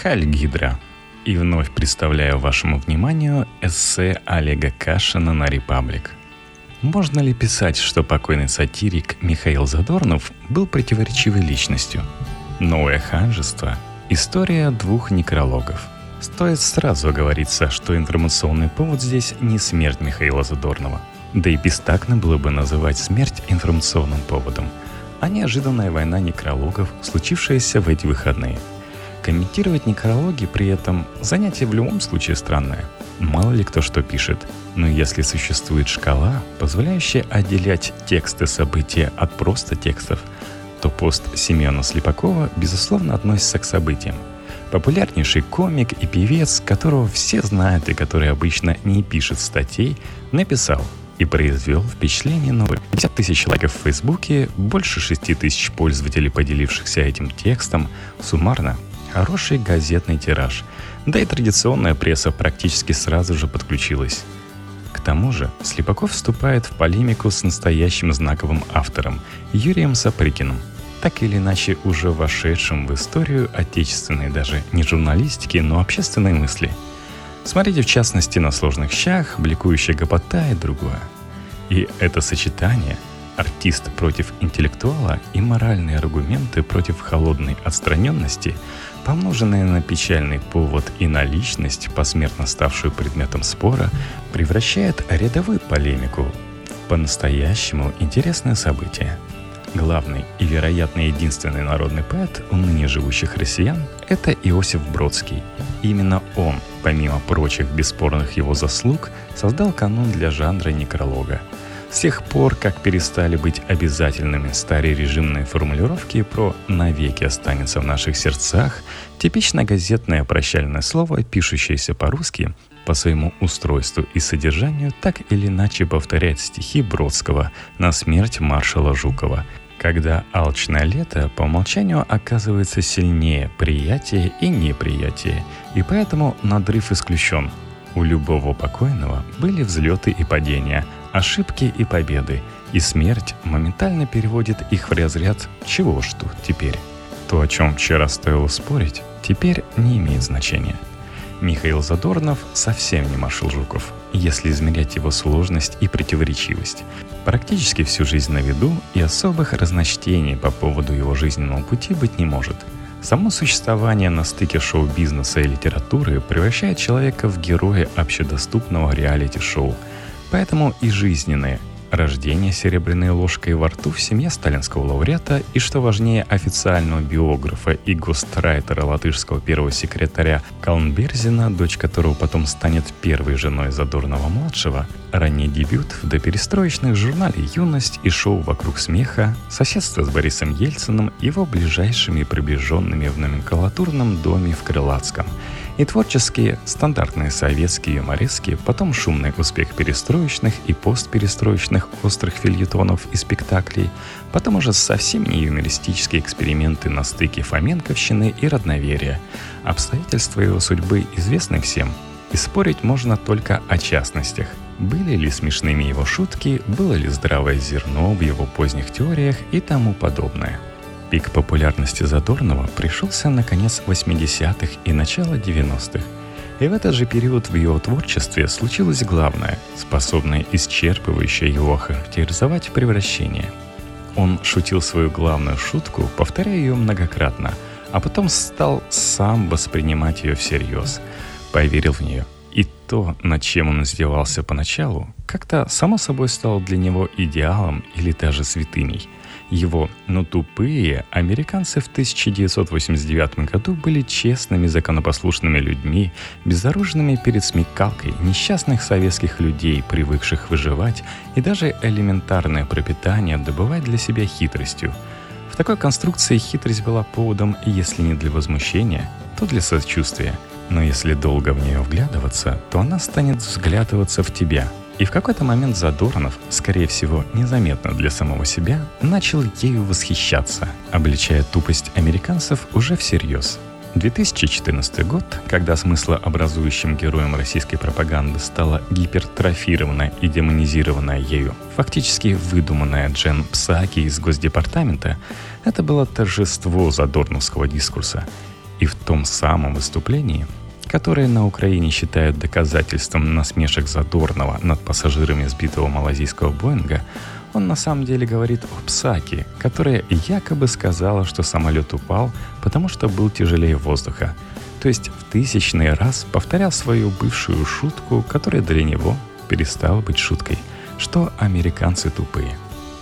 Хайль Гидра. И вновь представляю вашему вниманию эссе Олега Кашина на «Репаблик». Можно ли писать, что покойный сатирик Михаил Задорнов был противоречивой личностью? Новое ханжество – история двух некрологов. Стоит сразу оговориться, что информационный повод здесь не смерть Михаила Задорнова. Да и бестактно было бы называть смерть информационным поводом, а неожиданная война некрологов, случившаяся в эти выходные. Комментировать некрологи при этом занятие в любом случае странное. Мало ли кто что пишет. Но если существует шкала, позволяющая отделять тексты события от просто текстов, то пост Семена Слепакова, безусловно, относится к событиям. Популярнейший комик и певец, которого все знают и который обычно не пишет статей, написал и произвел впечатление на 50 тысяч лайков в Фейсбуке, больше 6 тысяч пользователей, поделившихся этим текстом, суммарно хороший газетный тираж. Да и традиционная пресса практически сразу же подключилась. К тому же Слепаков вступает в полемику с настоящим знаковым автором Юрием Сапрыкиным, так или иначе уже вошедшим в историю отечественной даже не журналистики, но общественной мысли. Смотрите в частности на «Сложных щах», «Бликующая гопота» и другое. И это сочетание – артист против интеллектуала и моральные аргументы против холодной отстраненности, помноженные на печальный повод и на личность, посмертно ставшую предметом спора, превращает рядовую полемику в по-настоящему интересное событие. Главный и, вероятно, единственный народный поэт у ныне живущих россиян – это Иосиф Бродский. Именно он, помимо прочих бесспорных его заслуг, создал канон для жанра некролога. С тех пор, как перестали быть обязательными старорежимные формулировки про «навеки останется в наших сердцах», типично газетное прощальное слово, пишущееся по-русски, по своему устройству и содержанию так или иначе повторяет стихи Бродского на смерть маршала Жукова, когда алчное лето по умолчанию оказывается сильнее приятия и неприятия, и поэтому надрыв исключен. У любого покойного были взлеты и падения, ошибки и победы, и смерть моментально переводит их в разряд «чего ж тут теперь?». То, о чем вчера стоило спорить, теперь не имеет значения. Михаил Задорнов совсем не маршал Жуков, если измерять его сложность и противоречивость. Практически всю жизнь на виду, и особых разночтений по поводу его жизненного пути быть не может. Само существование на стыке шоу-бизнеса и литературы превращает человека в героя общедоступного реалити-шоу. Поэтому и жизненные рождение серебряной ложкой во рту в семье сталинского лауреата и, что важнее, официального биографа и гострайтера латышского первого секретаря Калнберзина, дочь которого потом станет первой женой Задорнова-младшего, ранний дебют в доперестроечных журнале «Юность» и шоу «Вокруг смеха», соседство с Борисом Ельциным, его ближайшими приближенными в номенклатурном доме в Крылатском, и творческие, стандартные советские юморески, потом шумный успех перестроечных и постперестроечных острых фельетонов и спектаклей, потом уже совсем не юмористические эксперименты на стыке фоменковщины и родноверия. Обстоятельства его судьбы известны всем, и спорить можно только о частностях. Были ли смешными его шутки, было ли здравое зерно в его поздних теориях и тому подобное. Пик популярности Задорнова пришелся на конец 80-х и начало 90-х. И в этот же период в его творчестве случилось главное, способное исчерпывающе его охарактеризовать превращение. Он шутил свою главную шутку, повторяя ее многократно, а потом стал сам воспринимать ее всерьез, поверил в нее. И то, над чем он издевался поначалу, как-то само собой стало для него идеалом или даже святыней. Его «но тупые» американцы в 1989 году были честными, законопослушными людьми, безоружными перед смекалкой несчастных советских людей, привыкших выживать и даже элементарное пропитание добывать для себя хитростью. В такой конструкции хитрость была поводом, если не для возмущения, то для сочувствия. Но если долго в нее вглядываться, то она станет взглядываться в тебя. И в какой-то момент Задорнов, скорее всего, незаметно для самого себя, начал ею восхищаться, обличая тупость американцев уже всерьез. 2014 год, когда смыслообразующим героем российской пропаганды стала гипертрофированная и демонизированная ею, фактически выдуманная Джен Псаки из Госдепартамента, это было торжество задорновского дискурса. и в том самом выступлении, которое на Украине считают доказательством насмешек Задорнова над пассажирами сбитого малазийского Боинга, он на самом деле говорит о Псаке, которая якобы сказала, что самолет упал, потому что был тяжелее воздуха. То есть в 1000-й раз повторял свою бывшую шутку, которая для него перестала быть шуткой, что американцы тупые.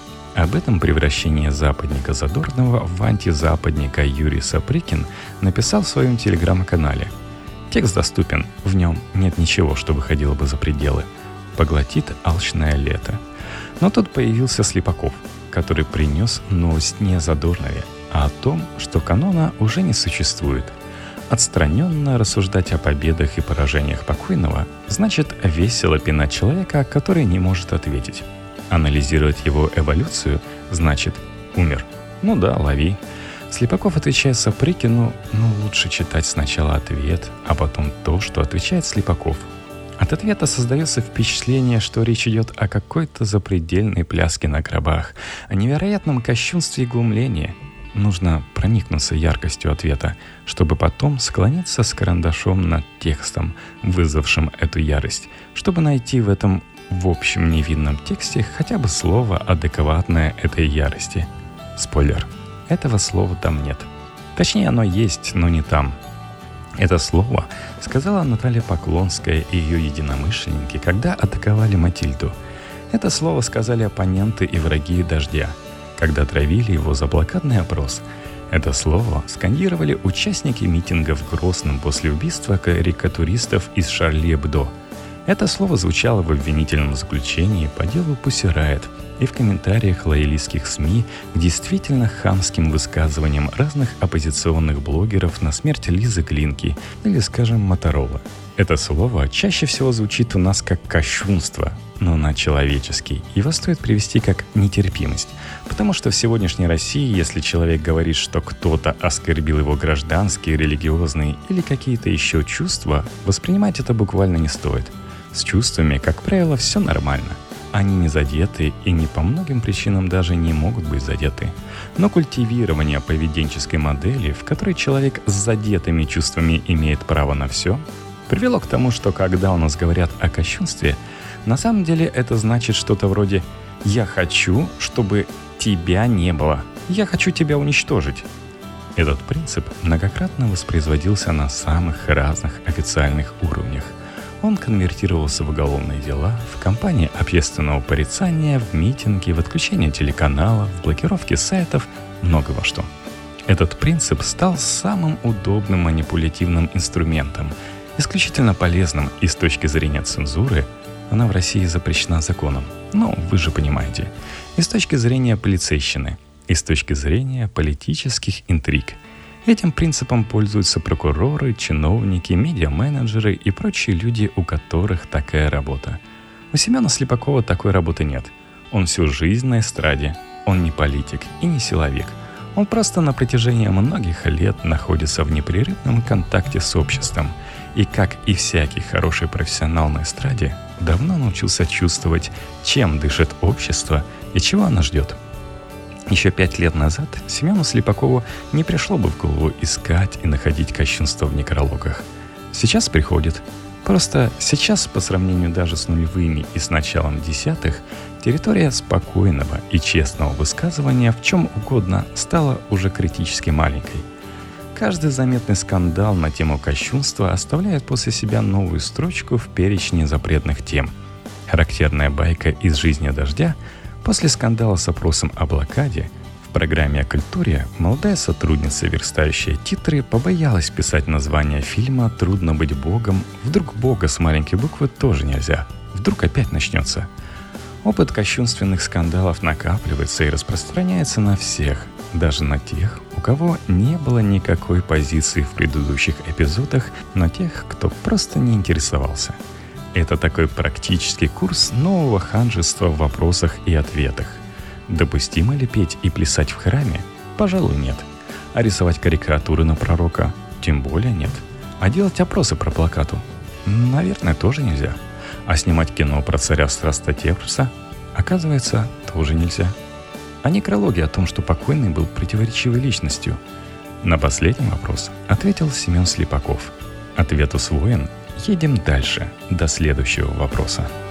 Об этом превращении западника Задорнова в антизападника Юрий Сапрыкин написал в своем телеграм-канале. Текст доступен, в нем нет ничего, что выходило бы за пределы. Поглотит алчное лето. Но тут появился Слепаков, который принес новость не о Задорнове, а о том, что канона уже не существует. Отстраненно рассуждать о победах и поражениях покойного значит весело пинать человека, который не может ответить. Анализировать его эволюцию значит «умер». Ну да, лови. Слепаков отвечает Сапрыкину, лучше читать сначала ответ, а потом то, что отвечает Слепаков. От ответа создается впечатление, что речь идет о какой-то запредельной пляске на гробах, о невероятном кощунстве и глумлении. Нужно проникнуться яркостью ответа, чтобы потом склониться с карандашом над текстом, вызвавшим эту ярость, чтобы найти в этом в общем невинном тексте хотя бы слово, адекватное этой ярости. Спойлер. Этого слова там нет. Точнее, оно есть, но не там. Это слово сказала Наталья Поклонская и ее единомышленники, когда атаковали Матильду. Это слово сказали оппоненты и враги «Дождя», когда травили его за блокадный опрос. Это слово скандировали участники митинга в Грозном после убийства карикатуристов из «Шарли Эбдо». Это слово звучало в обвинительном заключении по делу Pussy Riot и в комментариях лоялистских СМИ к действительно хамским высказываниям разных оппозиционных блогеров на смерть Лизы Глинки или, скажем, Моторола. Это слово чаще всего звучит у нас как кощунство, но на человеческий. Его стоит привести как нетерпимость, потому что в сегодняшней России, если человек говорит, что кто-то оскорбил его гражданские, религиозные или какие-то еще чувства, воспринимать это буквально не стоит. С чувствами, как правило, все нормально. Они не задеты и не по многим причинам даже не могут быть задеты. Но культивирование поведенческой модели, в которой человек с задетыми чувствами имеет право на все, привело к тому, что когда у нас говорят о кощунстве, на самом деле это значит что-то вроде «я хочу, чтобы тебя не было, я хочу тебя уничтожить». Этот принцип многократно воспроизводился на самых разных официальных уровнях. Он конвертировался в уголовные дела, в кампании общественного порицания, в митинги, в отключение телеканалов, в блокировке сайтов, много во что. Этот принцип стал самым удобным манипулятивным инструментом, исключительно полезным и с точки зрения цензуры. Она в России запрещена законом, но вы же понимаете, и с точки зрения полицейщины, и с точки зрения политических интриг. Этим принципом пользуются прокуроры, чиновники, медиа-менеджеры и прочие люди, у которых такая работа. У Семена Слепакова такой работы нет. Он всю жизнь на эстраде. Он не политик и не силовик. Он просто на протяжении многих лет находится в непрерывном контакте с обществом. И, как и всякий хороший профессионал на эстраде, давно научился чувствовать, чем дышит общество и чего оно ждет. Еще 5 лет назад Семену Слепакову не пришло бы в голову искать и находить кощунство в некрологах. Сейчас приходит. Просто сейчас, по сравнению даже с нулевыми и с началом десятых, территория спокойного и честного высказывания в чем угодно стала уже критически маленькой. Каждый заметный скандал на тему кощунства оставляет после себя новую строчку в перечне запретных тем. Характерная байка из жизни «Дождя» — после скандала с опросом о блокаде в программе о культуре молодая сотрудница, верстающая титры, побоялась писать название фильма «Трудно быть богом». Вдруг бога с маленькой буквы тоже нельзя. Вдруг опять начнется. Опыт кощунственных скандалов накапливается и распространяется на всех, даже на тех, у кого не было никакой позиции в предыдущих эпизодах, на тех, кто просто не интересовался. Это такой практический курс нового ханжества в вопросах и ответах. Допустимо ли петь и плясать в храме? Пожалуй, нет. А рисовать карикатуры на пророка? Тем более нет. А делать опросы про плакату? Наверное, тоже нельзя. А снимать кино про царя Страстотерпса? Оказывается, тоже нельзя. А некрологи о том, что покойный был противоречивой личностью? На последний вопрос ответил Семен Слепаков. Ответ усвоен. Едем дальше, до следующего вопроса.